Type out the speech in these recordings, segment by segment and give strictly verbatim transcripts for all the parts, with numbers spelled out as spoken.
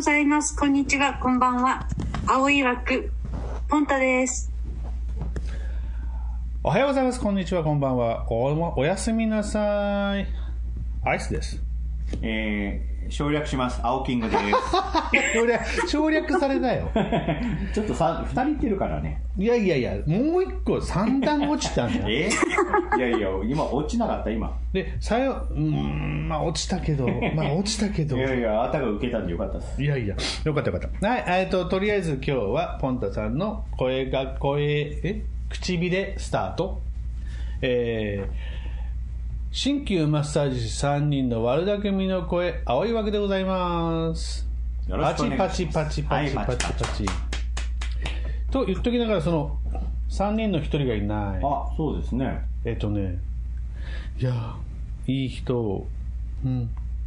ざいます。こんにちは、こんばんは。青い枠ポンタです。 おはようございます。こんにちは、こんばんは。 お, おやすみなさい。アイスです。 えー、省略します。青キングです省略省略されたよちょっとさふたりいってるからね。 いやいやいや、もう一個三段落ちたんだよえー、いやいや、今落ちなかった。今でさようーんまあ落ちたけどまあ落ちたけどいやいや、あたが受けたんでよかったです。 いやいや、よかったよかった。はい、えっととりあえず今日はポンタさんの声が声え唇スタート。えー鍼灸マッサージ師さんにんの悪巧みの声、青い枠でございます。 よろしくお願いします。 パチパチパチパチパチ、はい、パチパチパチと言っときながら、そのさんにんのひとりがいない。 あ、そうですね。 えっとね、いやいい人を、うん、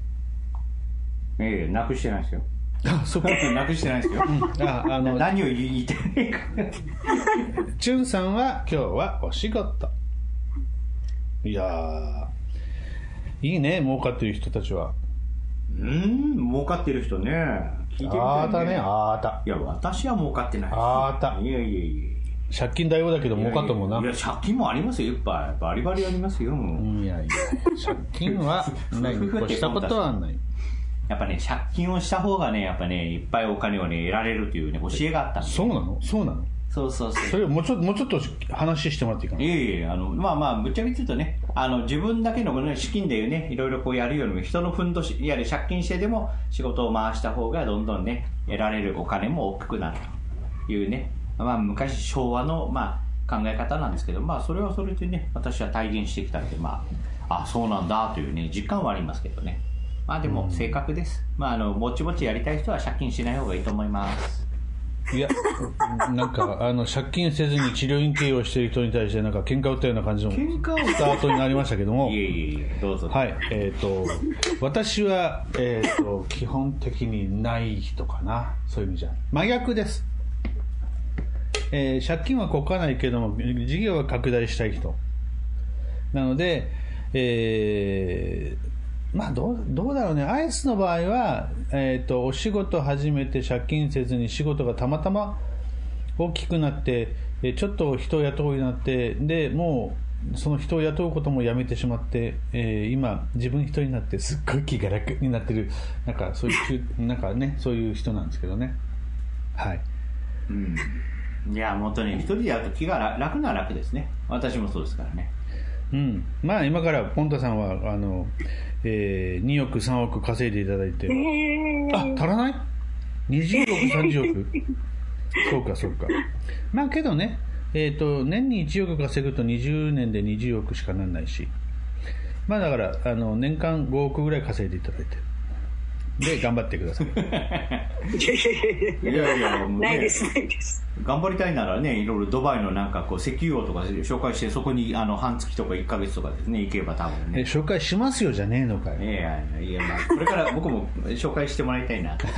ええ、なくしてないですよ。 あ、そこなくしてないですよ、うん、ああの何を言いたいかチュンさんは今日はお仕事。いやーいいね、儲かってる人たちは。 うーん、儲かってる人ね、聞いてみたいね。 あーたね、あーた。 いや、私は儲かってない。 あーた。 いやいやいや、借金大王だけど儲かったもんな。 いやいや、借金もありますよ、いっぱい。バリバリありますよ。 いやいや、借金はない。したことはない。 やっぱね、借金をした方がね、やっぱね、いっぱいお金をね、得られるというね、教えがあったんで。 そうなのそうなのそうそうそう。 それをもうちょっともうちょっと話してもらっていいかな。 いえいえ、あのまあまあぶっちゃけ言うとね、あの自分だけの、ね、資金でね、いろいろこうやるよりも人のふんどしやれ借金してでも仕事を回した方がどんどんね得られるお金も大きくなるというね、まあ昔昭和のまあ考え方なんですけど、まあそれはそれでね私は体現してきたので、まああそうなんだというね実感はありますけどね。まあでも性格です。まああのぼちぼちやりたい人は借金しない方がいいと思います。 いや、なんかあの借金せずに治療院経営をしている人に対してなんか喧嘩売ったような感じのスタートになりましたけども、 いえいえ、どうぞ。 はい、えっ、ー、と私はえっ、ー、と基本的にない人かな。そういう意味じゃ真逆です。えー、借金はこかないけども事業は拡大したい人なので、えーまあ、どう、どうだろうね。アイスの場合は、えーと、お仕事始めて借金せずに仕事がたまたま大きくなって、えちょっと人を雇うようになって、でもうその人を雇うこともやめてしまって、えー、今自分一人になってすっごい気が楽になってる、なんかそういうなんかね、そういう人なんですけどね。はい。 うん。いや本当に一人でやると気が楽なら楽ですね。私もそうですからね。 うん、まあ今からポンタさんはあの、えー、におくさんおく稼いでいただいて、えー、あ、足らない ?にじゅうおくさんじゅうおくそうかそうか。まあけどね、えーと、年にいちおく稼ぐとにじゅうねんでにじゅうおくしかならないし、まあだからあの年間ごおくぐらい稼いでいただいてで頑張ってください。いやいやいや、もうね、 ないですないです。 頑張りたいならね、いろいろドバイのなんかこう石油王とか紹介して、そこにあの半月とかいっかげつとかですね行けば多分ね。 え紹介しますよじゃねえのかよ。 いやいやいや、まあこれから僕も紹介してもらいたいな。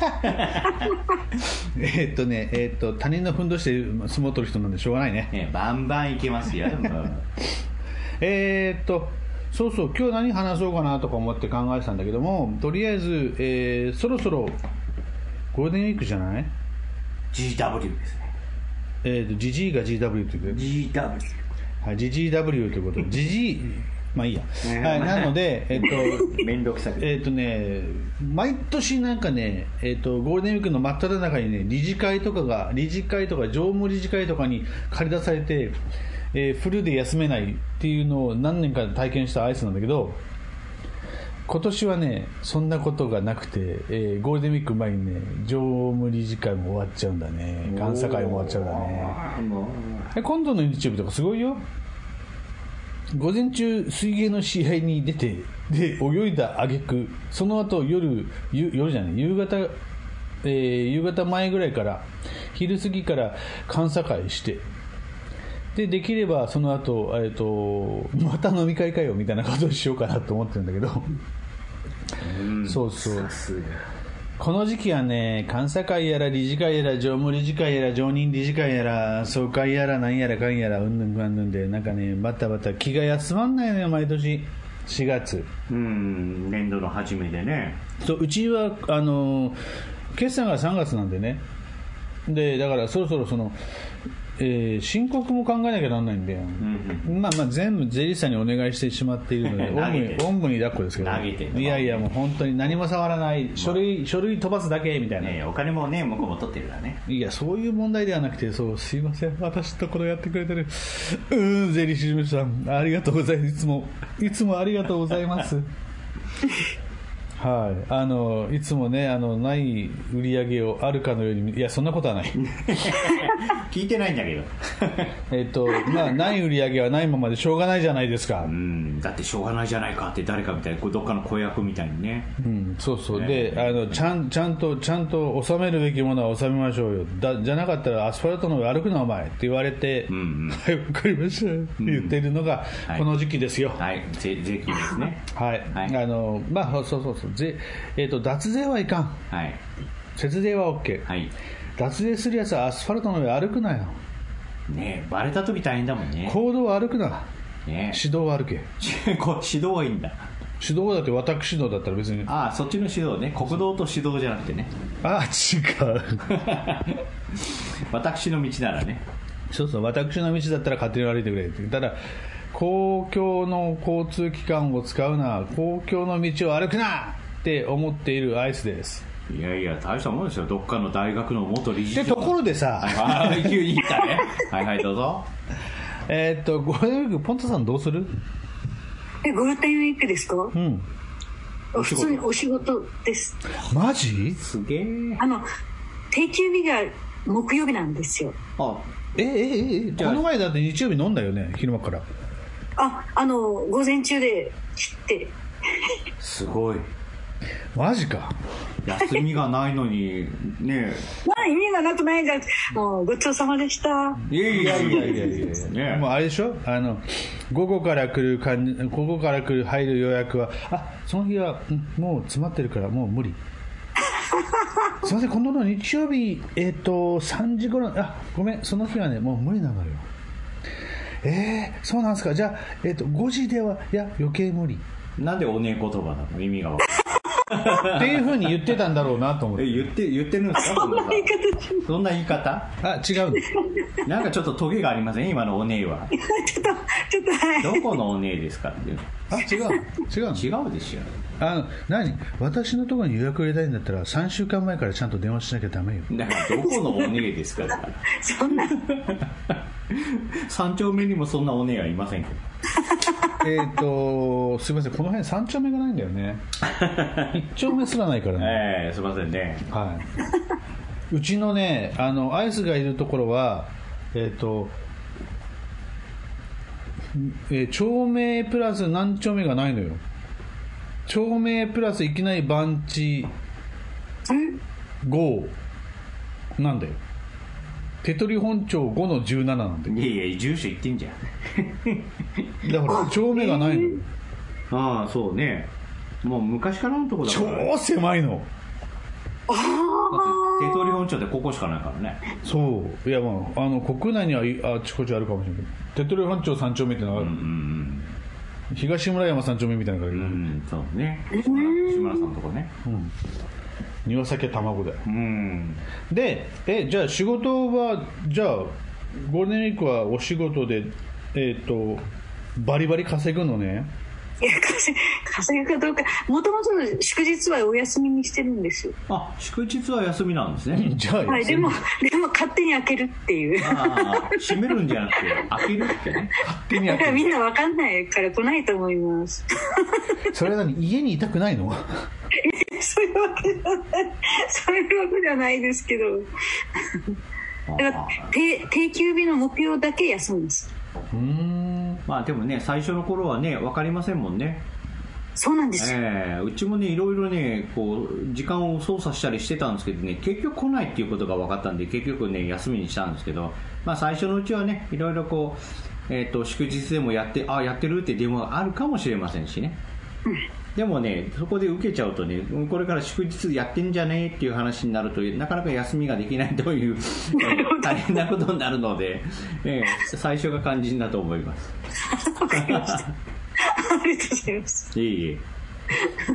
えっとねえっと他人のふんどしで相撲を取る人なんでしょうがないね。 ね、バンバンいけますよ。 えっとそうそう、今日何話そうかなとか思って考えてたんだけども、とりあえず、えー、そろそろゴールデンウィークじゃない？ ジーダブリュー ですね。 えーと、ジジイが ジーダブリュー ということでジーダブリュー、 はい、ジジイダブリュー ということでジジイまあいいや、はい、なのでえっ、ー、 とめんどくさくえっ、ー、とね毎年なんかね、えーとゴールデンウィークの真っ只中にね理事会とかが理事会とか常務理事会とかに借り出されて、えー、フルで休めないっていうのを何年か体験したアイスなんだけど、今年はねそんなことがなくて、えー、ゴールデンウィーク前にね常務理事会も終わっちゃうんだね、監査会も終わっちゃうんだね。え今度の日曜日とかすごいよ。午前中水泳の試合に出てで泳いだ挙句その後夜夜じゃない夕方、えー、夕方前ぐらいから昼過ぎから監査会してでできればその後、えー、とまた飲み会かよみたいなことをしようかなと思ってるんだけどうん、そうそう、この時期はね監査会やら理事会やら常務理事会やら常任理事会やら総会やら何やらかんやらうんぬんかんぬんでなんかねバタバタ気が休まんないのよ毎年しがつ。 うん、年度の初めでね。 そう、うちはあの決算がさんがつなんでね。でだからそろそろその、えー、申告も考えなきゃならないんで、うんうん、まあまあ全部税理士さんにお願いしてしまっているのでおんぶにおんぶに抱っこですけど、いやいやもう本当に何も触らない書類書類飛ばすだけみたいな、 ね、お金もね向こうも取ってるからね。 いやそういう問題ではなくて、そうすいません私のところやってくれてるうん税理士事務所さんありがとうございます、いつもいつもありがとうございますはい、あのいつもねあのない売り上げをあるかのように、いやそんなことはない聞いてないんだけどえっとまあない売り上げはないままでしょうがないじゃないですか。 うんだってしょうがないじゃないかって誰かみたいにどっかの子役みたいにね、 うん、そうそう、 ね、 であのちゃんちゃんとちゃんと納めるべきものは納めましょうよ、だじゃなかったらアスファルトの上歩くなお前って言われて、うんうん、はい分かりましたって言ってるのがこの時期ですよ、 うん、はい、はい、税税金ですねはい、はい、あのまあそうそうそう税、えー、と脱税はいかん、はい、節税は OK、はい、脱税するやつはアスファルトの上歩くなよ、 ね、バレた時大変だもんね。 公道は歩くな、ね、指導は歩け指導はいいんだ。 指導だって私指導だったら別に、 ああそっちの指導ね、国道と指導じゃなくてね、 ああ違う私の道ならね、 そうそう私の道だったら勝手に歩いてくれって。ただ公共の交通機関を使うな、公共の道を歩くなって思っているアイスです。 いやいや大したもんですよ、どっかの大学の元理事長でところでさ、 はい、急に言ったねはいはいどうぞえーっとゴールデンウィークポンタさんどうする？ えゴールデンウィークですか？うん、普通にお仕事です。 マジ？ すげえ。 あの定休日が木曜日なんですよ。 あええええこの前だって日曜日飲んだよね、昼間から。 ああの午前中で切ってすごい。 マジか。 休みがないのにねまあ意味がなくないじゃん。もうごちそうさまでした。 いやいやいやいやいやね、 もうあれでしょ、あの午後から来るかん午後から来る入る予約はあその日はもう詰まってるからもう無理すいません今度の日曜日えっ、ー、とさんじ頃あごめんその日はねもう無理なのよ。えー、そうなんですか。じゃあ、えー、とごじではいや余計無理。 なんでおねえ言葉なの意味が分かるっていう風に言ってたんだろうなと思って。 え言って言ってるんですか？そんな言い方。そんな言い方？ あ違う。 なんかちょっとトゲがありません今のおねえは。 ちょっとちょっとはい。 どこのおねえですかっていう。 あ違う違う違うですよ。 あの何私のところに予約入れたいんだったらさんしゅうかんまえからちゃんと電話しなきゃダメよ。 だからどこのおねえですかだから。 そんな。 三丁目にもそんなおねえはいませんけど。 えっとすいませんこの辺三丁目がないんだよね一丁目すらないからね。 ええー、すいませんね。 はい。うちのねあのアイスがいるところはえっ、ー、と、えー、町名プラス何丁目がないのよ。町名プラスいきなり番地ごなんだよ。手取本町ごのじゅうなななんで。 いやいや住所言ってんじゃんだから町名がないのよ。 ああそうね、もう昔からのとこだから、 超狭いの。 ああ手取本町ってここしかないからね。 そういやまああの国内にはあちこちあるかもしれないけど手取本町さん丁目ってのがある、うんうんうん、東村山さん丁目みたいな感じ、うん、 そうね志村さんのとこね、うん庭先は卵だよ、 うん、 でえじゃあ仕事はじゃあゴールデンウィークはお仕事でえっ、ー、とバリバリ稼ぐのね。 いや稼ぐかどうかもともと祝日はお休みにしてるんですよ。 あ祝日は休みなんですね。 じゃあ、 はい、でもでも勝手に開けるっていう。 あ閉めるんじゃなくて開けるってね。 勝手に開ける。だからみんな分かんないから来ないと思います。 それなに家にいたくないの？ そういうわけじゃないそういうわけじゃないですけどだから定、定休日の木曜だけ休むんです。 うーんまあでもね最初の頃はね分かりませんもんね。 そうなんですよ、 えー、うちもねいろいろねこう時間を操作したりしてたんですけどね結局来ないっていうことが分かったんで結局ね休みにしたんですけど、まあ最初のうちはねいろいろこう、えー、と祝日でもやってあやってるって電話があるかもしれませんしね、うんでもねそこで受けちゃうとねこれから祝日やってんじゃねえっていう話になるとなかなか休みができないという大変なことになるので、えー、最初が肝心だと思います。 わかりましたありがとうございます。 いえいえ、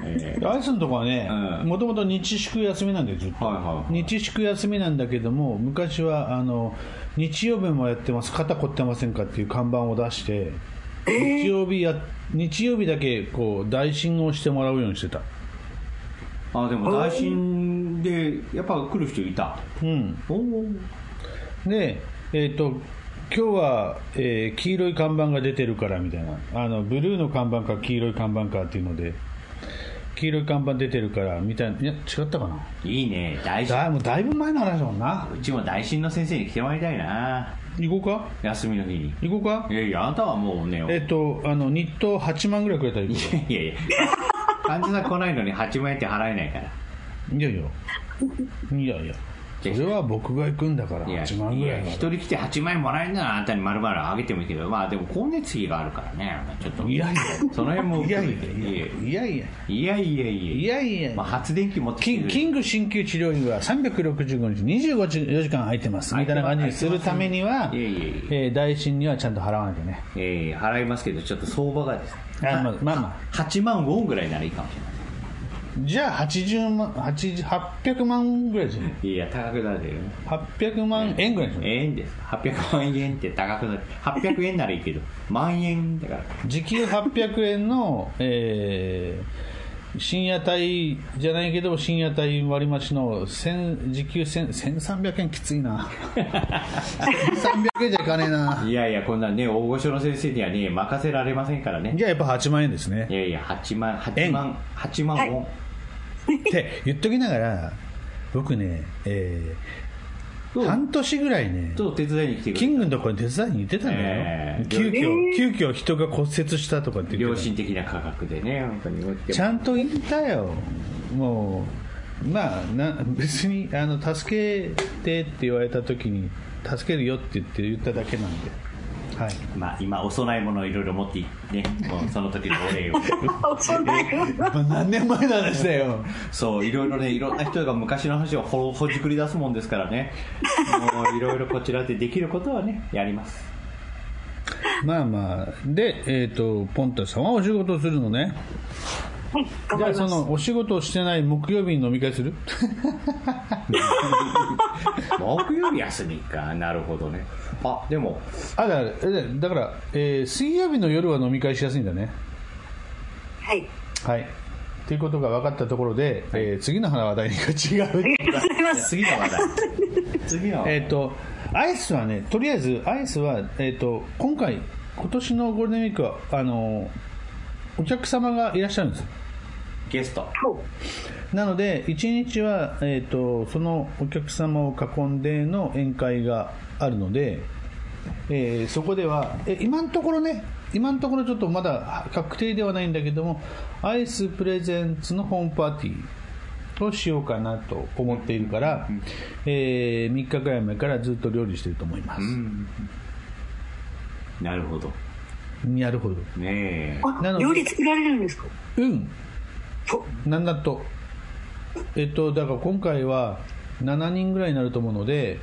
えーアイスのとこはねうんもともと日祝休みなんでずっと、 はいはいはい日祝休みなんだけども昔はあの日曜日もやってます肩凝ってませんかっていう看板を出して、日曜日や日曜日だけこう代診をしてもらうようにしてた。 あでも大診でやっぱ来る人いた。 うんおお。 でえっ、と今日は、えー黄色い看板が出てるからみたいな、あのブルーの看板か黄色い看板かっていうので黄色い看板出てるからみたいな、いや違ったかな、 いいね大診。 だもうだいぶ前の話だもんな。 うちも大診の先生に来てもらいたいな、 行こうか休みの日に。 行こうか。 いやいやあなたはもうね、 えっ、とあの日当はちまんぐらいくれたら行こうか。 いやいや患者さん来ないのにはちまん円って払えないから。 いやいやいやいやそれは僕が行くんだからいやはちまんぐらい一人来てはちまん円もらえるならあなたに丸々あげてもいいけど、まあでも光熱費があるからね、ちょっといやいやその辺もいやいや含めていやいやいやいやいやいやいやいや、 まあ、発電機持ってきてくれるキンキング鍼灸治療院はさんびゃくろくじゅうごにちにじゅうよじかん空いてますみたいな感じにするためには、 いやいやいやえー代診にはちゃんと払わなきゃね。 えー、払いますけどちょっと相場がですねあまあまあまあはちまんウォンぐらいならいいかもしれない。 じゃあはちじゅうまんはっぴゃくまんぐらいじゃない。 いや高くなるよね。 はっぴゃくまんえんぐらいじゃない。 円ですはっぴゃくまん円って高くなる。はっぴゃくえんならいいけど万円だから。 時給はっぴゃくえんの、えー深夜帯じゃないけど深夜帯割増の時給せんさんびゃくえんきついなせんさんびゃくえんじゃいかねえな。 いやいやこんなね大御所の先生にはね任せられませんからね。 じゃあやっぱはちまんえんですね。 いやいやはちまんはちまんはちまんウォン、 はいって言っときながら僕ね、えー、 うん半年ぐらいねちょっと手伝いに来てくれキングのところに手伝いに行ってたんだよ、 えー急遽、 えー急遽人が骨折したとかって言良って心的な価格でね本当にたちゃんと言ったよ。もうまあな別にあの助けてって言われた時に助けるよって言って言っただけなんで、はい、 まあ今お供え物をいろいろ持っていってねもうその時のお礼をお供え物まあ何年前の話だよそういろいろねいろんな人が昔の話をほほじくり出すもんですからねもういろいろこちらでできることはねやります。 まあまあで、えー、とポンタさんはお仕事をするのね。 はい頑じゃあ張ります。 そのお仕事をしてない木曜日に飲み会する木曜日休みかなるほどね。あでもあだからえだから、えー水曜日の夜は飲み会しやすいんだね。 はいはいということが分かったところで、えー次の話題が違うありがとうございます。 次の話題次のえっとアイスはねとりあえずアイスは、えー、と今回今年のゴールデンウィークはあのお客様がいらっしゃるんですよ。 ゲストなのでいちにちは、えー、とそのお客様を囲んでの宴会があるので、えーそこではえ今のところね今のところちょっとまだ確定ではないんだけどもアイスプレゼンツのホームパーティーをしようかなと思っているから、えーみっかぐらい前からずっと料理してると思います。 うんなるほどなるほど。 ねえあなので料理作られるんですか。 うんそうなんだとえっとだから今回はしちにんぐらいになると思うので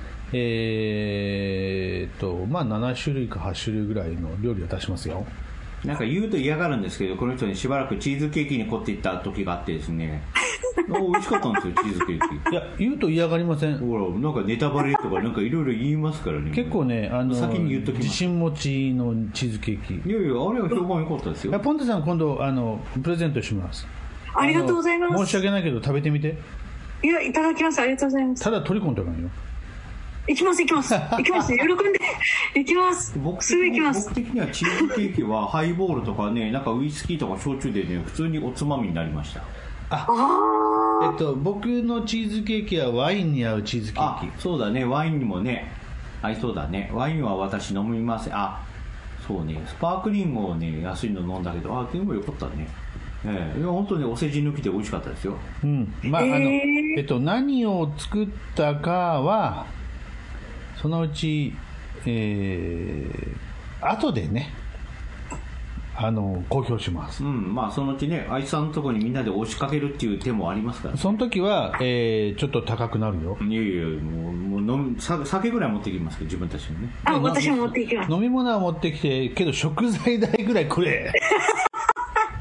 えーっとまあななしゅるいかはちしゅるいぐらいの料理を出しますよ。 なんか言うと嫌がるんですけどこの人にしばらくチーズケーキに凝っていった時があってですねお美味しかったんですよチーズケーキ。 いや言うと嫌がりません。 ほらなんかネタバレとかなんかいろいろ言いますからね。 結構ねあの先に言っときます自信持ちのチーズケーキ。 いやいやあれは評判良かったですよ。 ポンテさん今度あのプレゼントします。 ありがとうございます。 申し訳ないけど食べてみて。 いやいただきます。ありがとうございます。 ただ取り込んでおかないよ。 行きます行きます行きます。喜んで行きます。 僕すぐ行きます。 僕的にはチーズケーキはハイボールとかねなんかウイスキーとか焼酎でね普通におつまみになりました。 あえっと僕のチーズケーキはワインに合うチーズケーあキ。 そうだねワインにもね合いそうだね。ワインは私飲みません。あそうねスパークリングをね安いの飲んだけどあでもよかったね。ええ、いや本当にお世辞抜きで美味しかったですよ。 うんまああのえーえっと何を作ったかはそのうち、えー、後でねあの公表します。 うんまあそのうちね愛さんのところにみんなで押しかけるっていう手もありますから、ね、 その時は、えー、ちょっと高くなるよ。 いやいやもうもう飲むさ酒ぐらい持ってきますけど自分たちのね。 あ私も持っていきます。 飲み物は持ってきてけど食材代ぐらいくれ。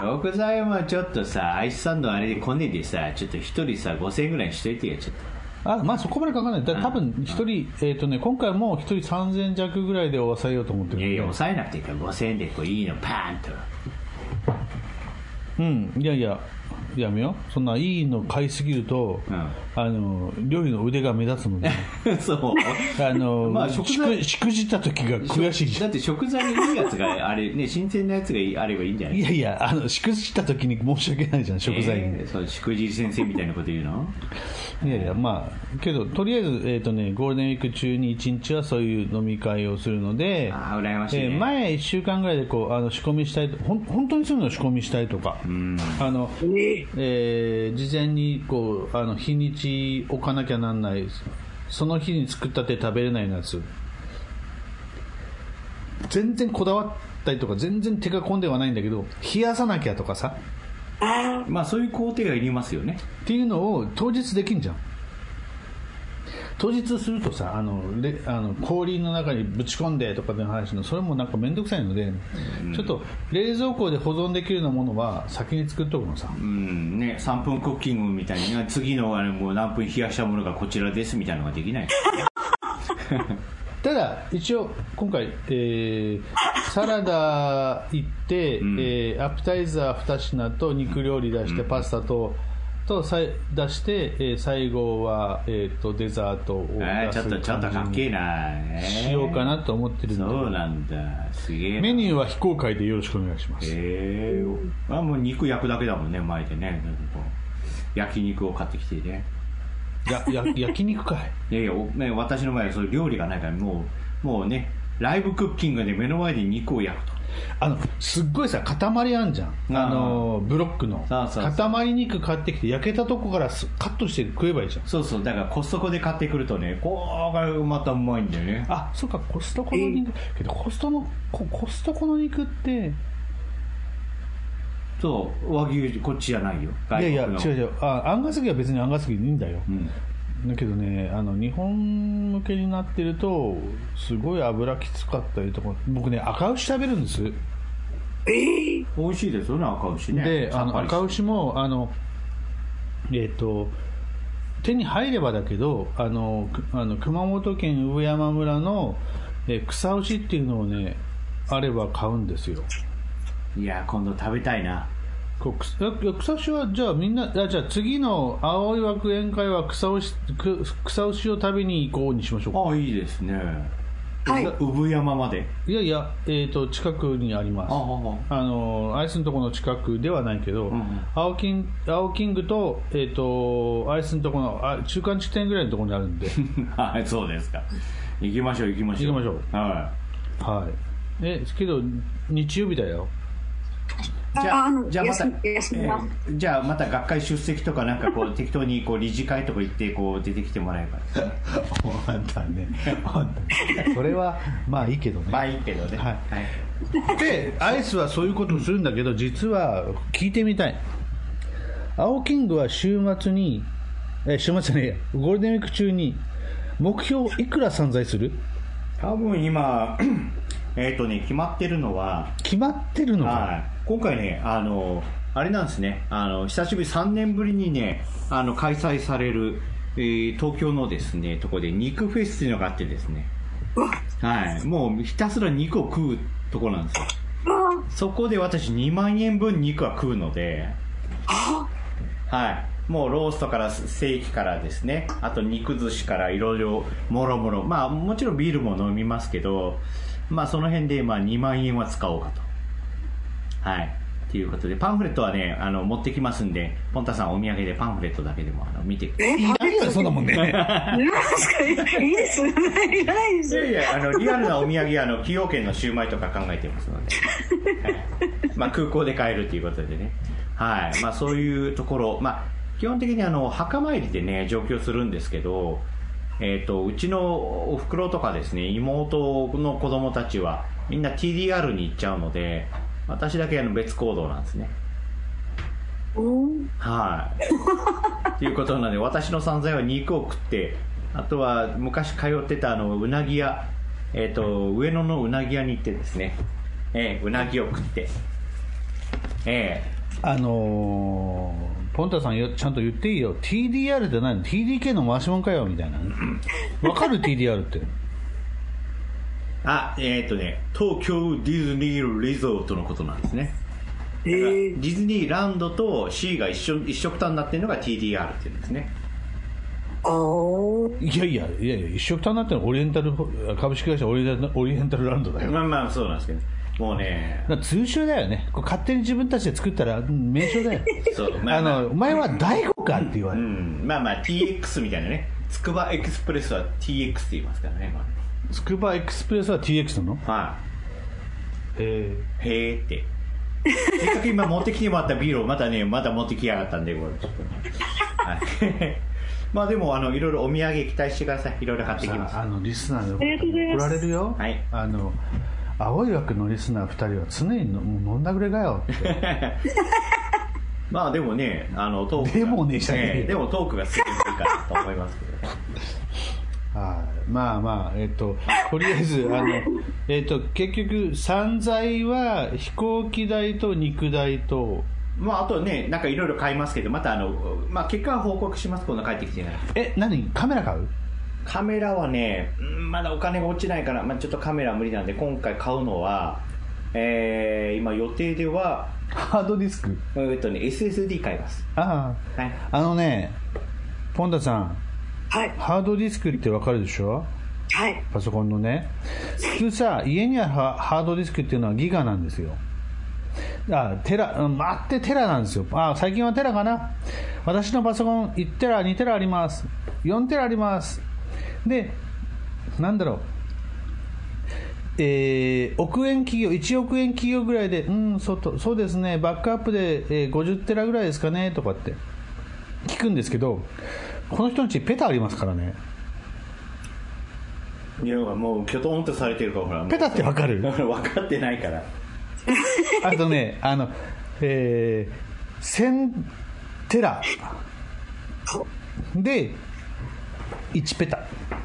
食材はちょっとさ、アイスサンドあれでコネでさ、ちょっと一人さごせんえんぐらいにしといてよ、ちょっと。 あ、まあそこまでかかんない。だ多分一人、えっとね、今回も一人さんぜん弱ぐらいで抑えようと思ってるんで。 いやいや、抑えなくていいからごせんえんでこういいのパーンと。 うん、いやいや、やめよう。そんないいの買いすぎると、うん、あの料理の腕が目立つのでそうあの、まあ、食材しくじった時が悔しいじゃん。 だって食材のいいやつがあれ、ね、新鮮なやつがあればいいんじゃない？ いやいや、あのしくじった時に申し訳ないじゃん、食材に、 えー、そうしくじり先生みたいなこと言うの？ いやいや、まあけどとりあえず、えーとね、ゴールデンウィーク中にいちにちはそういう飲み会をするので、 あ羨ましいね、 えー、前いっしゅうかんぐらいでこうあの仕込みしたいと、ほん本当にそういうのを仕込みしたいとか、うん、あのえー、事前にこうあの日にち置かなきゃなんない、その日に作ったって食べれないやつ、全然こだわったりとか全然手が込んではないんだけど、冷やさなきゃとかさ、 まあそういう工程がいりますよねっていうのを当日できんじゃん。当日するとさ、あのレあの氷の中にぶち込んでとかの話の、それもなんか面倒くさいので、うん、ちょっと冷蔵庫で保存できるようなものは先に作っとくのさ、 うんね、さんぷんクッキングみたいに次のあれもう何分冷やしたものがこちらですみたいなのができないただ一応今回、えー、サラダ行って、うん、えー、アップタイザーに品と肉料理出して、うん、パスタととさ出して、えー、最後は、えー、とデザートを出すちょっとちょっとかっけえな、 えー、しようかなと思ってるんで、 そうなんだ、すげえ。 メニューは非公開でよろしくお願いします。 へえー、あ、もう肉焼くだけだもんね、前でね、焼肉を買ってきてね。 やや焼肉かい。いやいや、ね、私の前はそういう料理がないから、もうもうね、ライブクッキングで目の前で肉を焼くと。 あのすっごいさ、塊あんじゃん、あのブロックのそうそうそう、 塊肉買ってきて焼けたとこからカットして食えばいいじゃん。 そうそう、だからコストコで買ってくるとね、こうまたうまいんだよね。 あ、そうか、コストコの肉、えー、けどコストのココストコの肉って、 そう和牛こっちじゃないよ。 いやいや、違う違う、あ、アンガス牛は別にアンガス牛でいいんだよ、うん、だけどね、あの日本向けになってるとすごい油きつかったりとか、僕ね赤牛食べるんです。 えー、美味しいですよね、赤牛ね。 で、あの赤牛もあのえっ、ー、と手に入ればだけど、あのあの熊本県上山村の、えー、草牛っていうのをねあれば買うんですよ。 いや今度食べたいな。 こう草牛はじゃあみんな、じゃあ次の青い枠宴会は草牛、草牛を食べに行こうにしましょうか。 ああ、いいですね。 はい、 産山まで。 いやいや、えー、と近くにあります。 あ, あのアイスのところの近くではないけど、うんうん、青キン青キングと、えー、とアイスのところのあ中間地点ぐらいのところにあるんではい、そうですか。行きましょう行きましょう行きましょう。はい、はい、えけど日曜日だよ。 じゃあ、じゃあまた、えー、じゃあまた学会出席とかなんかこう適当にこう理事会とか行ってこう出てきてもらえば、ね、 あんたね、それはまあいいけどね。 まあいいけどね。はい。 はい、でアイスはそういうことをするんだけど、実は聞いてみたい。青キングは週末に、え週末じゃねえや、ゴールデンウィーク中に目標いくら散財する？ 多分今えっとね決まってるのは決まってるのは、はい、 今回ね、あのあれなんですね、あの久しぶりさんねんぶりにねあの開催される、えー、東京のですねところで肉フェスというのがあってですね、はい、もうひたすら肉を食うところなんですよ。そこで私にまんえんぶん肉は食うので、はい、もうローストからステーキからですね、あと肉寿司からいろいろもろもろ、まあもちろんビールも飲みますけど、まあその辺でまあにまんえんは使おうかと。はい。ということで、パンフレットはね、あの持ってきますんで、ポンタさんお土産でパンフレットだけでもあの見てください。 え、何がそんなもんね。 いいです。いないです。 いやいや、あのリアルなお土産はあの崎陽軒のシウマイとか考えてますので、はい、まあ空港で買えるということでね。はい。まあそういうところ、まあ基本的にあの墓参りでね上京するんですけど、えーと、うちのおふくろとかですね、妹の子供たちはみんな ティーディーアール に行っちゃうので、私だけあの別行動なんですね。はいということなので、私の散財は肉を食って、あとは昔通ってたあのうなぎ屋、えーと、上野のうなぎ屋に行ってですね、えー、うなぎを食って、えあのー、ポンタさんよちゃんと言っていいよ。 ティーディーアール って何？ ティーディーケー の回しもんかよみたいな。わかる？ ティーディーアール って。 あ、えっ、ー、とね、東京ディズニーリゾートのことなんですね。 えー、 ディズニーランドと C が一緒一緒くたになってるのが ティーディーアール っていうんですね。 あー、 いやいやいやいや、一緒くたになってるのはオリエンタル株式会社オリエンタル、オリエンタルランドだよ。 まあまあそうなんですけど、もうね、 だから通称だよね。こう勝手に自分たちで作ったら名称だよ。 そう、まあまあ、 あのお前は大悟かって言われる、 うん、まあまあ ティーエックス みたいなね、つくばエクスプレスは ティーエックス って言いますからね、まあ、 つくばエクスプレスは ティーエックス なの？ はい、 へえへえってせっかく今持ってきてもらったビールをまたねまた持ってきやがったんで、これちょっと、はい、まあでもあのいろいろお土産期待してください。いろいろ買ってきます。 あのリスナーありがとうございでます怒られるよ、 はい、 あの青い枠のリスナーふたりは常にのもう飲んだくれかよってまあでもね、あのトークがでもねじゃねえよ、 えーでもトークがすごいいいかなと思いますけどね。 はい、まあまあ、えっと、とりあえずあの、えっと、結局散財は飛行機代と肉代と、 まああとね、なんかいろいろ買いますけど、またあの、まあ、結果は報告します。今度帰ってきてない。 え、何カメラ買う？ カメラはね、うんまだお金が落ちないから、まあ、ちょっとカメラは無理なんで、今回買うのは、えー、今予定ではハードディスク、 えーっとね、エスエスディー 買います。 ああ、 はい、 あのね、ポンタさん、 はいハードディスクってわかるでしょ？ はいパソコンのね、普通さ、家にあるハードディスクっていうのはギガなんですよ。あテラ、うん、待ってテラなんですよ。あ最近はテラかな。私のパソコンいちテラにテラあります、よんテラあります。でなんだろう、えー、億円企業、いちおく円企業ぐらいで、うんそうとそうですね、バックアップで、えー、ごじゅうテラぐらいですかねとかって聞くんですけど、この人のうちペタありますからね。 いやもうキョトンとされてるからほら、 ペタってわかる？ 分かってないからあとね、あの、えー、せんテラでいちペタ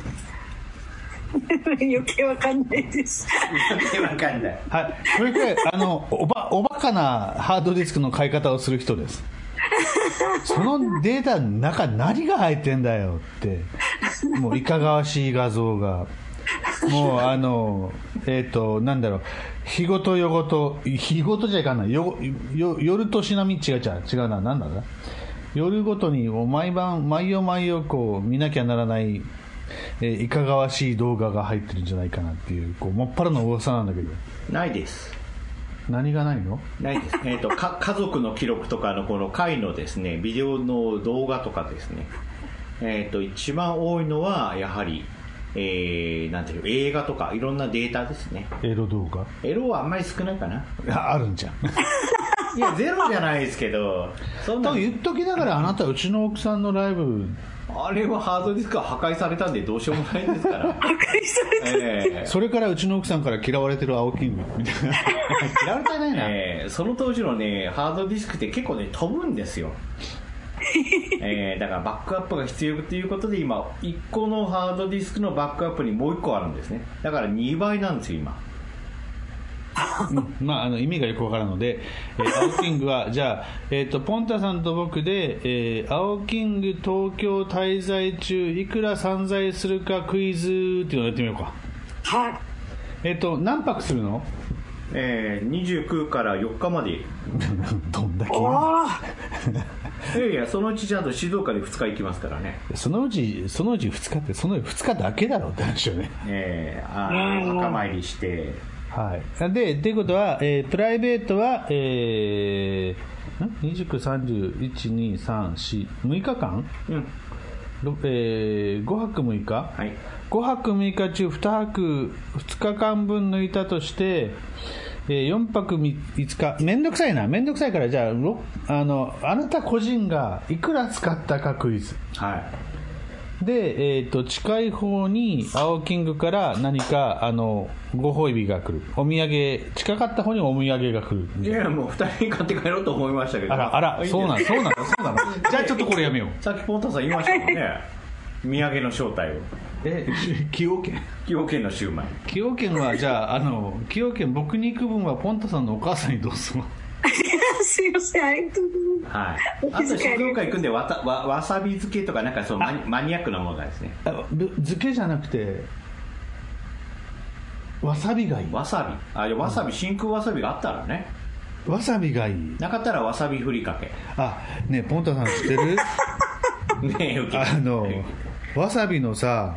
余計わかんないです余計わかんない。 はい、これくらいあのおばおバカなハードディスクの買い方をする人です。そのデータの中何が入ってんだよって、もういかがわしい画像が、もうあのえっ、ー、となんだろう、日ごと夜ごと、日ごとじゃいかんないよよ夜としなみ、違う違う違うな、なんだろう、夜ごとに毎晩毎夜毎夜こう見なきゃならない、えー、いかがわしい動画が入ってるんじゃないかなっていう、こうもっぱらの噂なんだけど。 ないです。 何がないの？ ないです。えっ、ー、とか家族の記録とかのこの回のですね、ビデオの動画とかですね、えっ、ー、と一番多いのはやはり、えー、なんていう映画とかいろんなデータですね。 エロ動画？ エロはあんまり少ないかな。 いやあるんじゃん。 いやゼロじゃないですけど、そんなと言っときながら、あなたうちの奥さんのライブ、 あれはハードディスクが破壊されたんでどうしようもないんですから破壊された、 えー、 それからうちの奥さんから嫌われてる青キングみたいな。嫌われてないな、 えー、その当時のねハードディスクって結構ね飛ぶんですよ。えー、だからバックアップが必要ということで今いっこのハードディスクのバックアップにもういっこあるんですね。だからにばいなんですよ今。 まあ、あの意味がよくわからんので、えー、青キングはじゃあ、えー、とポンタさんと僕で、えー、青キング東京滞在中いくら散財するかクイズっていうのをやってみようか。 はい。 えっ、ー、と何泊するの？ えー、にじゅうくからよっかまで。 どんだけ？ いやいや、そのうちちゃんと静岡でふつか行きますからね。 そのうちそのうちふつかってそのふつかだけだろうって話よね。 えー、あ墓参りしてはい、でということは、えー、プライベートは、えー、にじゅうく、さんじゅういち、に、さん、よん、むいかかん、 うんえー、ごはくむいか、 はい、 ごはくむいか中にはくふつかかんぶん抜いたとして、えー、よんぱくいつか、めんどくさいな、めんどくさいからじゃあ、あのあなた個人がいくら使ったかクイズ、 はいで、えー、と近い方に青キングから何かあのご褒美が来る、お土産近かった方にお土産が来る。 いやもうふたり買って帰ろうと思いましたけど、 あらあら、そうなのそうなのそうなのじゃあちょっとこれやめよう。 さっきポンタさん言いましたもんね土産の正体を。 え崎陽軒崎陽軒のシウマイ。 崎陽軒はじゃああの崎陽軒僕に行く分はポンタさんのお母さんにどうするの？ すいません、ありがとうございはい。 ます。 あと静岡行くんでわたわわさび漬けとかなんかそうマニマニアックなものがですね。 あぶ漬けじゃなくてわさびがいい。 わさび。あ、いやわさび、真空わさびがあったらね。 わさびがいい。 なかったらわさびふりかけ。 あ、ねえポンタさん知ってる？ ねえ、受けあのわさびのさ、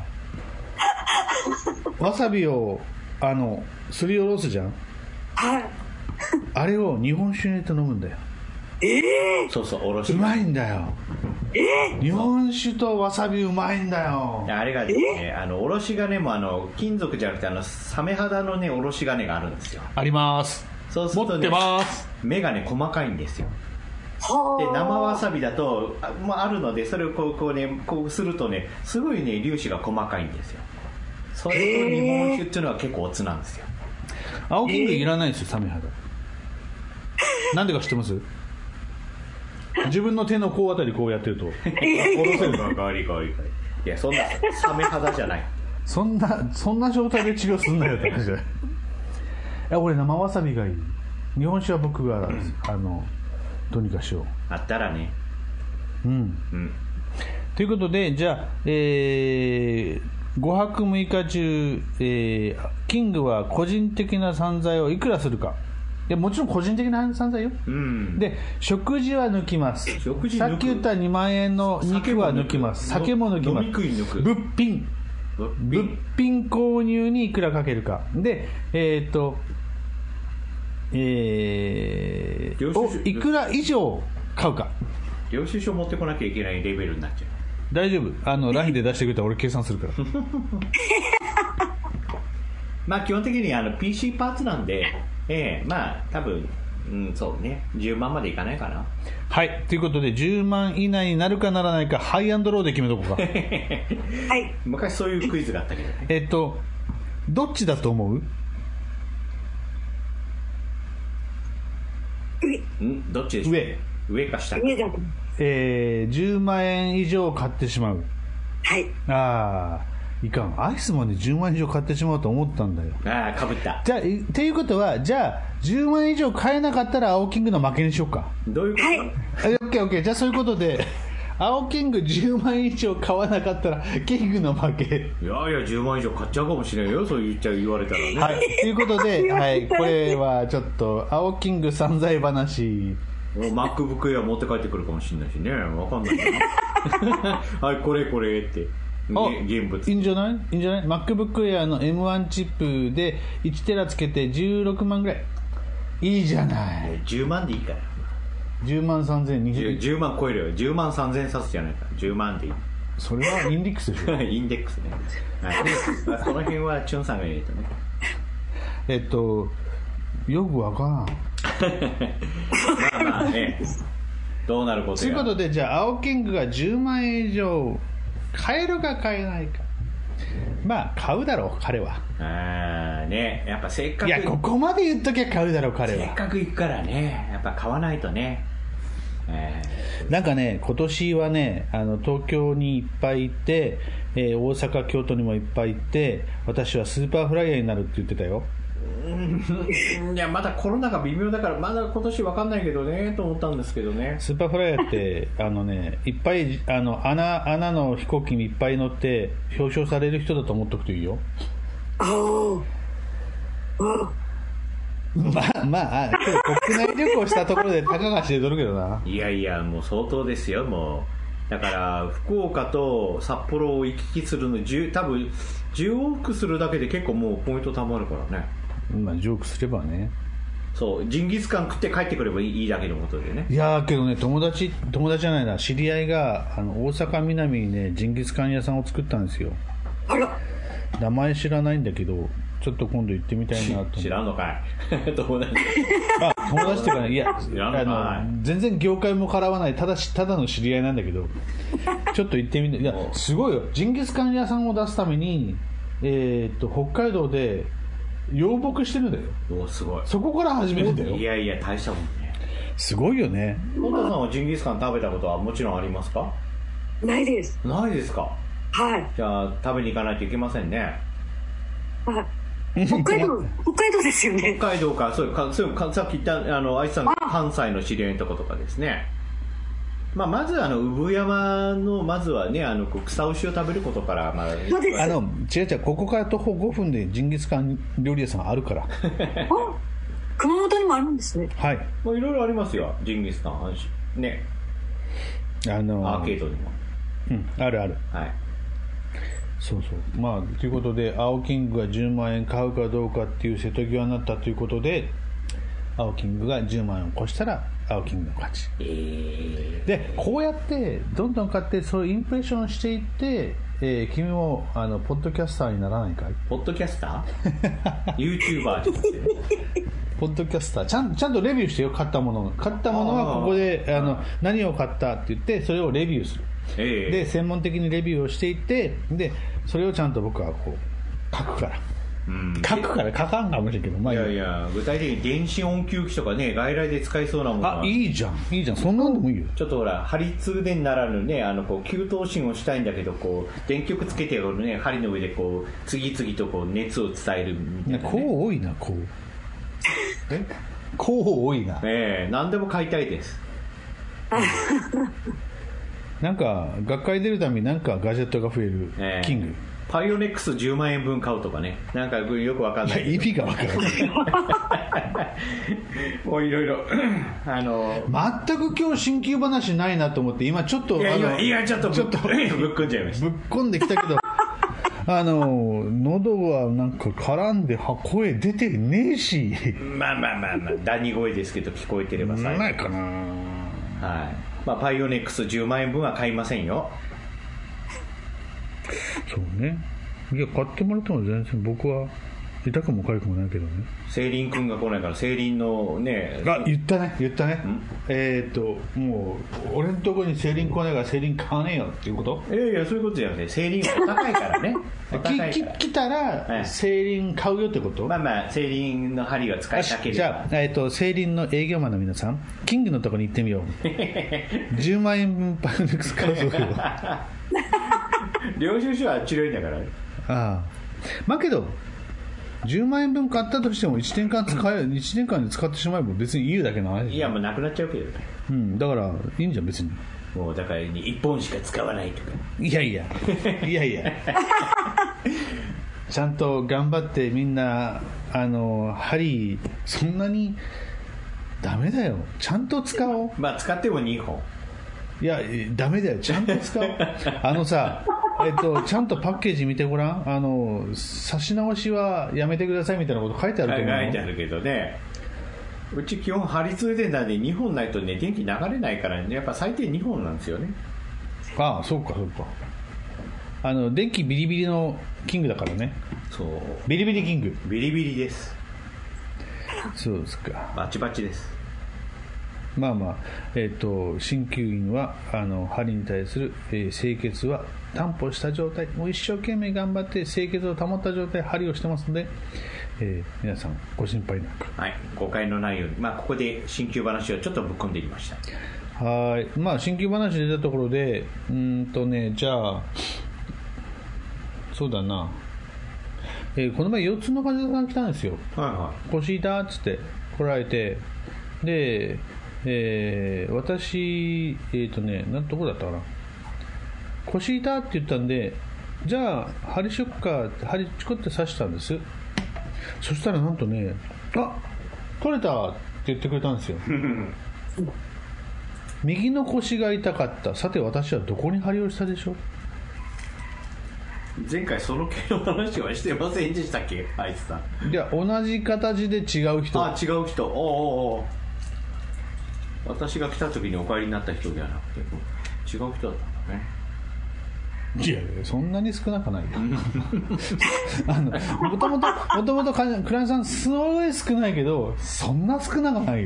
わさびをあのすりおろすじゃん。 はい。 あれを日本酒に入れて飲むんだよ。 ええー、 そうそう、おろし。 うまいんだよ。 えー、 日本酒とわさびうまいんだよ。 あれがですね、あのおろし金もあの金属じゃなくてあのサメ肌のねおろし金があるんですよ。 あります。 そうするとね、 持ってます。 目がね細かいんですよ。 はで生わさびだと あ,、まあ、あるのでそれをこうこうねこうするとねすごいね粒子が細かいんですよ。それと日本酒っていうのは結構おつなんですよ。 青キングいらないですよ、サメ肌。なんでか知ってます？自分の手の甲あたりこうやってると下ろせるの。 かわりかわりかわり。いやそんなサメ肌じゃない。 そんなそんな状態で治療すんなよって話じゃない。いや俺生わさびがいい。日本酒は僕が、うん、あのどうにかしよう。 あったらね。 うん。 うん。 ということでじゃあ、えー、ごはくむいか中、えー、キングは個人的な散財をいくらするか。いやもちろん個人的な散財よ、 うん、 で食事は抜きます。 食事さっき言ったにまんえんの肉は抜きます。酒も抜きます。物品物品購入にいくらかけるかで、えー、っとえー、おいくら以上買うか。 領収書持ってこなきゃいけないレベルになっちゃう。 大丈夫、あの ライン で出してくれたら俺計算するからまあ基本的にあの ピーシー パーツなんで、えー、まあ多分、うん、そうねじゅうまんまでいかないかな。 はいということでじゅうまん以内になるかならないかハイアンドローで決めとこうかはい、 昔そういうクイズがあったけどね。 えっとどっちだと思う？ んどっちでしょう？ 上上か下か。 上だと。 えー、じゅうまんえん以上買ってしまう。 はい。 ああいかん、アイスもねじゅうまん以上買ってしまうと思ったんだよ。 ああかぶった。 じゃあっていうことはじゃあじゅうまんえん以上買えなかったら青キングの負けにしようか。 どういうこと？はい。 オッケーオッケー。じゃあそういうことで青キングじゅうまんえん以上買わなかったらキングの負け。 いやいやじゅうまん以上買っちゃうかもしれないよ、そう言っちゃう言われたらね。 はいということで、はい、これはちょっと青キング散財話。 MacBook Air 持って帰ってくるかもしれないしね、わかんないなはいこれこれって現物いいんじゃないいいんじゃない MacBook Air の エムワン チップでいちテラつけてじゅうろくまんぐらい。いいじゃない。 じゅうまんでいいから。 じゅうまんさんぜんにひゃくじゅうまん超えるよ。じゅうまんさんぜん札じゃないからじゅうまんでいい。 それはインデックスでしょインデックスね、はい、この辺はチュンさんが入れるとねえっとよくわからんまあまあねどうなることやということでじゃあ青キングがじゅうまんえん以上買えるか買えないか。まあ買うだろう彼は。 ああねやっぱせっかくいやここまで言っときゃ買うだろう彼は。 せっかく行くからねやっぱ買わないとね、えー、なんかね今年はねあの東京にいっぱい行って、えー、大阪京都にもいっぱい行って私はスーパーフライヤーになるって言ってたよ。 いやまだコロナが微妙だからまだ今年わかんないけどねと思ったんですけどね。 スーパーフライヤーってあのねいっぱいあの 穴, 穴の飛行機にいっぱい乗って表彰される人だと思っとくといいよ。 ああまあまあ国内旅行したところでたかが知れとるけどな。 いやいやもう相当ですよ。もうだから福岡と札幌を行き来するの多分じゅう往復するだけで結構もうポイント貯まるからね。 まあジョークすればね。 そうジンギスカン食って帰ってくればいい、いいだけのことでね。 いやけどね友達友達じゃないな知り合いがあの大阪南にねジンギスカン屋さんを作ったんですよ。 あら名前知らないんだけどちょっと今度行ってみたいなと。 知らんのかい友達あ友達っていうかねいやあの全然業界も絡わないただしただの知り合いなんだけどちょっと行ってみて。いやすごいよジンギスカン屋さんを出すために、えー、っと北海道で養牧してるんだよ。 おすごい。 そこから始めるんだよ。 いやいや大したもんね。 すごいよね。 本田さんはジンギスカン食べたことはもちろんありますか？ ないです。 ないですか。 はい。 じゃあ食べに行かないといけませんね。 はい。 北海道北海道ですよね。 北海道か、そういうかそういうかさっき言ったあの愛さん関西の知り合いのとことかですね。まあ、まずあの産山のまずはねあの草牛を食べることから、まあ、 あの違う違うここから徒歩ごふんでジンギスカン料理屋さんあるから熊本にもあるんですね。 はい、 まあ、いろいろありますよジンギスカンね、 あのアーケードにも、 うん、あるある、 はい、 そうそうまあということで青キングがじゅうまんえん買うかどうかっていう瀬戸際になったということで青キングがじゅうまんえんを越したら青キングの勝ち、 えー、 でこうやってどんどん買ってそういうインプレッションしていって、えー、君もあのポッドキャスターにならないかい？ ポッドキャスターYouTuber ですねポッドキャスターちゃんちゃんとレビューしてよ買ったもの買ったものはここであの何を買ったって言ってそれをレビューする、えー、で専門的にレビューをしていってでそれをちゃんと僕はこう書くからうん、書くから書かんかもしれんけど、まあ、 いやいや具体的に電子音球機とかね外来で使えそうなものあいいじゃんいいじゃんそんなんでもいいよ。 ちょっとほら針通電ならぬねあのこう給湯芯をしたいんだけどこう電極つけてるね針の上でこう次々とこう熱を伝えるみたいな、ね、 こう多いなこうえこう多いなええ何でも買いたいですなんか学会出るためになんかガジェットが増える、えー、キングパイオネックスじゅうまんえんぶん買うとかねなんかよくわかんない。 いや意味がわからないもういろいろあの全く今日新旧話ないなと思って今ちょっといやいやいやちょっとぶっこんじゃいましたぶっこんできたけどあの喉はなんか絡んで声出てねえしまあまあまあまあダニ声ですけど聞こえてれば最後ないかな。はいまあパイオネックスじゅうまんえんぶんは買いませんよ。 そうね。いや買ってもらっても全然僕は痛くも痒くもないけどね。 セイリン君が来ないからセイリンのねあ言ったね言ったねえー、っともう俺のところにセイリン来ないからセイリン買わねえよっていうこと？ いやいやそういうことじゃなくてセイリンお高いからねきき来たらセイリン買うよってこと？ まあまあセイリンの針が使いたければじゃあ、えー、っとセイリンの営業マンの皆さんキングのところに行ってみようじゅうまんえんぶんパイオネックス買うぞ領収書は治療院だからね。 ああまあけどじゅうまんえんぶん買ったとしてもいちねんかん使えいちねんかんで使ってしまえば別に言うだけの話。 いやもうなくなっちゃうけどね。 うんだからいいんじゃん別に。 もうだからいっぽんしか使わないとか。 いやいやいやいやちゃんと頑張ってみんなあの針そんなにダメだよちゃんと使おう。 まあ使ってもにほん。 いやダメだよちゃんと使おうあのさえっとちゃんとパッケージ見てごらんあの差し直しはやめてくださいみたいなこと書いてあると思う。 書いてあるけどねうち基本針通電なんでにほんないとね電気流れないからねやっぱ最低にほんなんですよね。 ああそうかそうかあの電気ビリビリのキングだからね。 そうビリビリキングビリビリです。 そうですかバチバチです。 まあまあえっ、ー、と鍼灸院はあの針に対する、えー、清潔は担保した状態もう一生懸命頑張って清潔を保った状態で針をしてますので、えー、皆さんご心配なくはい誤解のないようにまあここで鍼灸話をちょっとぶっ込んでみました。 はいまあ鍼灸話出たところでうーんとねじゃあそうだな、えー、この前よっつの患者さん来たんですよ。 はいはい腰痛っつって来られてでえー、私えっ、ー、とねなんどこだったかな腰痛って言ったんでじゃあ針しよっかって針チコって刺したんです。そしたらなんとねあ取れたって言ってくれたんですよ右の腰が痛かった。さて私はどこに針をしたでしょう。 前回その系の話はしてませんでしたっけあいつさん。 いや同じ形で違う人。 あ違う人おうおうおう私が来た時にお帰りになった人ではなくて違う人だったんだね。 いやいやそんなに少なくないよあのもともともともとクライアントさんすごい少ないけどそんな少なくないよ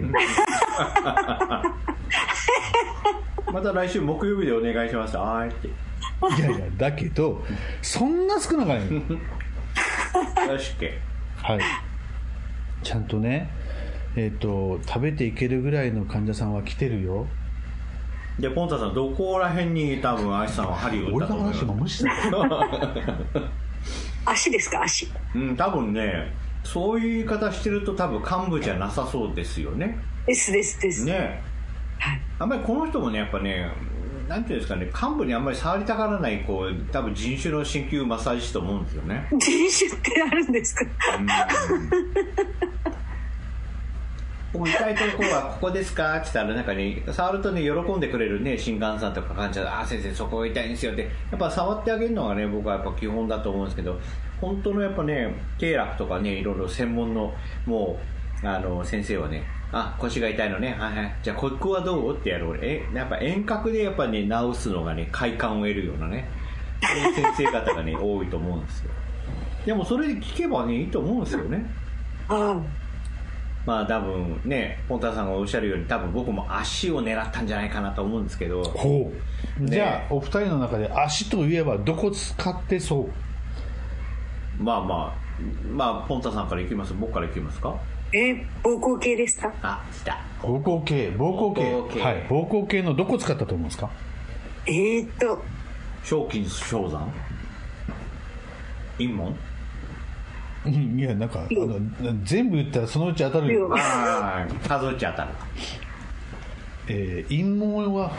また来週木曜日でお願いしますあーいっていやいやだけどそんな少なくないよよしけはいちゃんとねえー、と食べていけるぐらいの患者さんは来てるよ。 でポンタさんどこら辺に多分アイスさんは針を打ったと思います。 俺の話も無視だ足ですか、足。 うん多分ねそういう言い方してると多分幹部じゃなさそうですよね。 ですですですね、はい、あんまりこの人もねやっぱねなんていうんですかね、幹部にあんまり触りたがらないこう多分人種の鍼灸マッサージ師と思うんですよね。 人種ってあるんですか。 こう痛いところはここですかって言ったらなんかね触るとね喜んでくれるね診官さんとか患者さん、あ先生そこが痛いんですよってやっぱ触ってあげるのがね僕はやっぱ基本だと思うんですけど、本当のやっぱね経絡とかねいろいろ専門のもうあの先生はね、あ腰が痛いのね、はいはい、じゃあここはどうってやる俺えやっぱ遠隔でやっぱね治すのがね快感を得るようなねそういう先生方がね多いと思うんですよ。でもそれで聞けばねいいと思うんですよね。 ああまあ多分ねポンタさんがおっしゃるように多分僕も足を狙ったんじゃないかなと思うんですけど。 ほう、 ね、 じゃあお二人の中で足といえばどこ使ってそう？ まあまあまあポンタさんからいきます？僕からいきますか？ え膀胱系ですか？ あ来た膀胱系膀胱系膀胱系、 はい、膀胱系のどこ使ったと思うんですか？ えーっと小筋小山陰門いやなんかあの全部言ったらそのうち当たるよ。 ああ数打ち当たる。 えー、陰謀は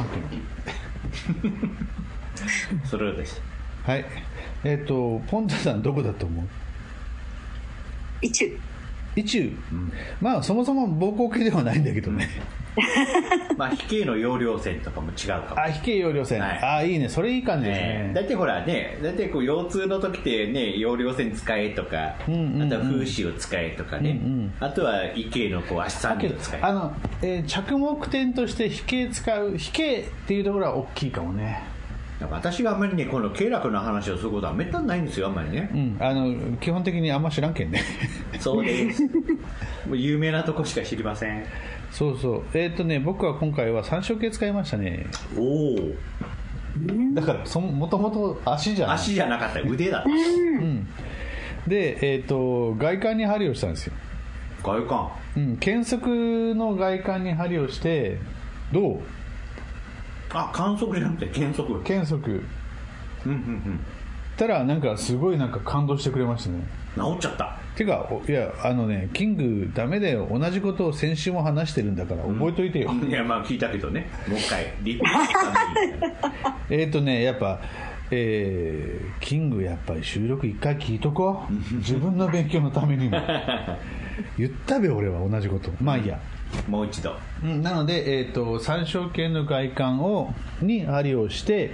それです。 はいえっ、ー、とポンタさんどこだと思う？ 意中。 意中、うん、まあそもそも膀胱系ではないんだけどねまあ飛径の葉稜線とかも違うかも。 あ飛径葉稜線、はい、あいいねそれいい感じですね。 だいたいほらねだいたいこう腰痛の時ってね葉稜線使えとか、うんうんうん、あとは風刺を使えとかね、うんうん、あとは異形のこう足三里を使えあの、えー、着目点として飛径使う飛径っていうところは大きいかもね。 私があんまりねこの経絡の話をすることはめったにないんですよあんまりね、 うん、あの基本的にあんま知らんけんねそうですもう有名なとこしか知りません。 そうそうえっ、ー、とね僕は今回は三焦系使いましたね。 おおだからそもともと足じゃない足じゃなかった腕だった、 うん、で、えー、と外観に針をしたんですよ。 外観、 うん、腱側の外観に針をしてどう？ あ観測じゃなくて検測検測うんうんうんたらなんかすごいなんか感動してくれましたね。 治っちゃったてかいやあのねキングダメだよ同じことを先週も話してるんだから覚えといてよ、 うん、いやまあ聞いたけどねもう一回リピートしたえっとねやっぱえー、キングやっぱり収録一回聞いとこう自分の勉強のためにも言ったべ俺は同じことまあいいやもう一度、 うん、なので、えーと、三焦系の外観をに針をして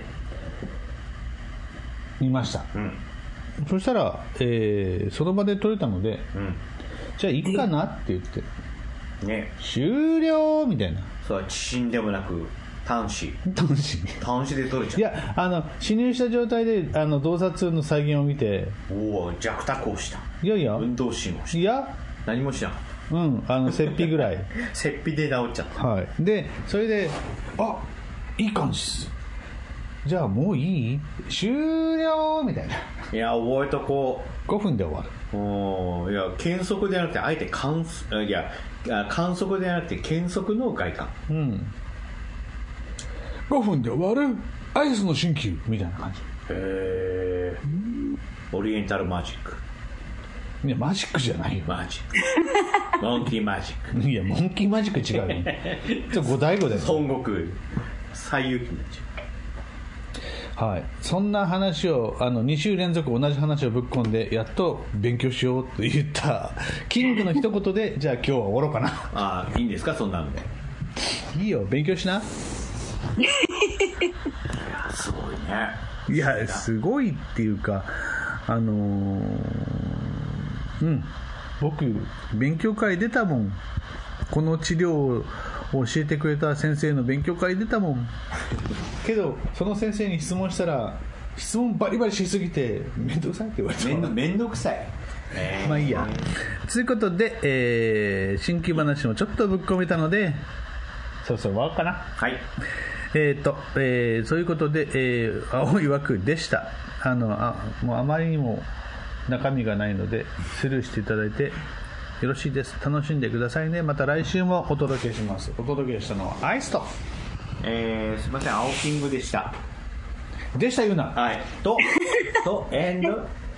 みました、うん、そしたら、えー、その場で取れたので、うん、じゃあいいかなって言って、ね、終了みたいな。 そう致死でもなく端子端子端子で取れちゃう。 いやあの死入した状態であの動作痛の再現を見ておお弱卓をした。 いやいや運動神をした。 いや何もしなかった。 うんあの切皮ぐらい切皮で治っちゃった。 はいでそれであいい感じですじゃあもういい終了みたいな。 いや覚えとこうごふんで終わる。 おいや検測ではなくてあえて観いや観測ではなくて検測の外観。うんごふんで終わるアイスの鍼灸みたいな感じ。へえオリエンタルマジック。 いやマジックじゃないよマジックモンキーマジック。 いやモンキーマジック違うよちょっと五大悟だよ孫悟空西遊記になっちゃう。はいそんな話をあのに週連続同じ話をぶっ込んでやっと勉強しようと言ったキングの一言でじゃあ今日は終わろうかな。 ああいいんですかそんなんで。 いいよ勉強しな。 いやすごいね。 いやすごいっていうかあのー、うん僕勉強会出たもん。この治療を教えてくれた先生の勉強会出たもんけどその先生に質問したら質問バリバリしすぎて面倒くさいって言われた。 面倒くさい、 えー、まあいいやということで、えー、新規話もちょっとぶっ込めたのでそろそろ終わろうかな。 はいえーとえー、そういうことで、えー、青い枠でした。あのあもうあまりにも中身がないのでスルーしていただいてよろしいです。楽しんでくださいね。また来週もお届けします。お届けしたのはアイスと、 えー、すいません青キングでしたでした言うな。 はいととエンド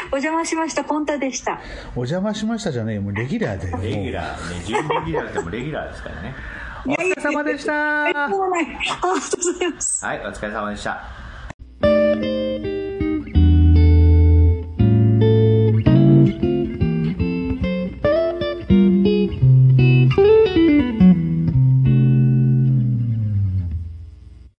お邪魔しましたポンタでした。 お邪魔しましたじゃねえ、もうレギュラーで。 レギュラーね、準レギュラーでもレギュラーですからね。 お疲れ様でした。 ありがとうございます。 はい、お疲れ様でした。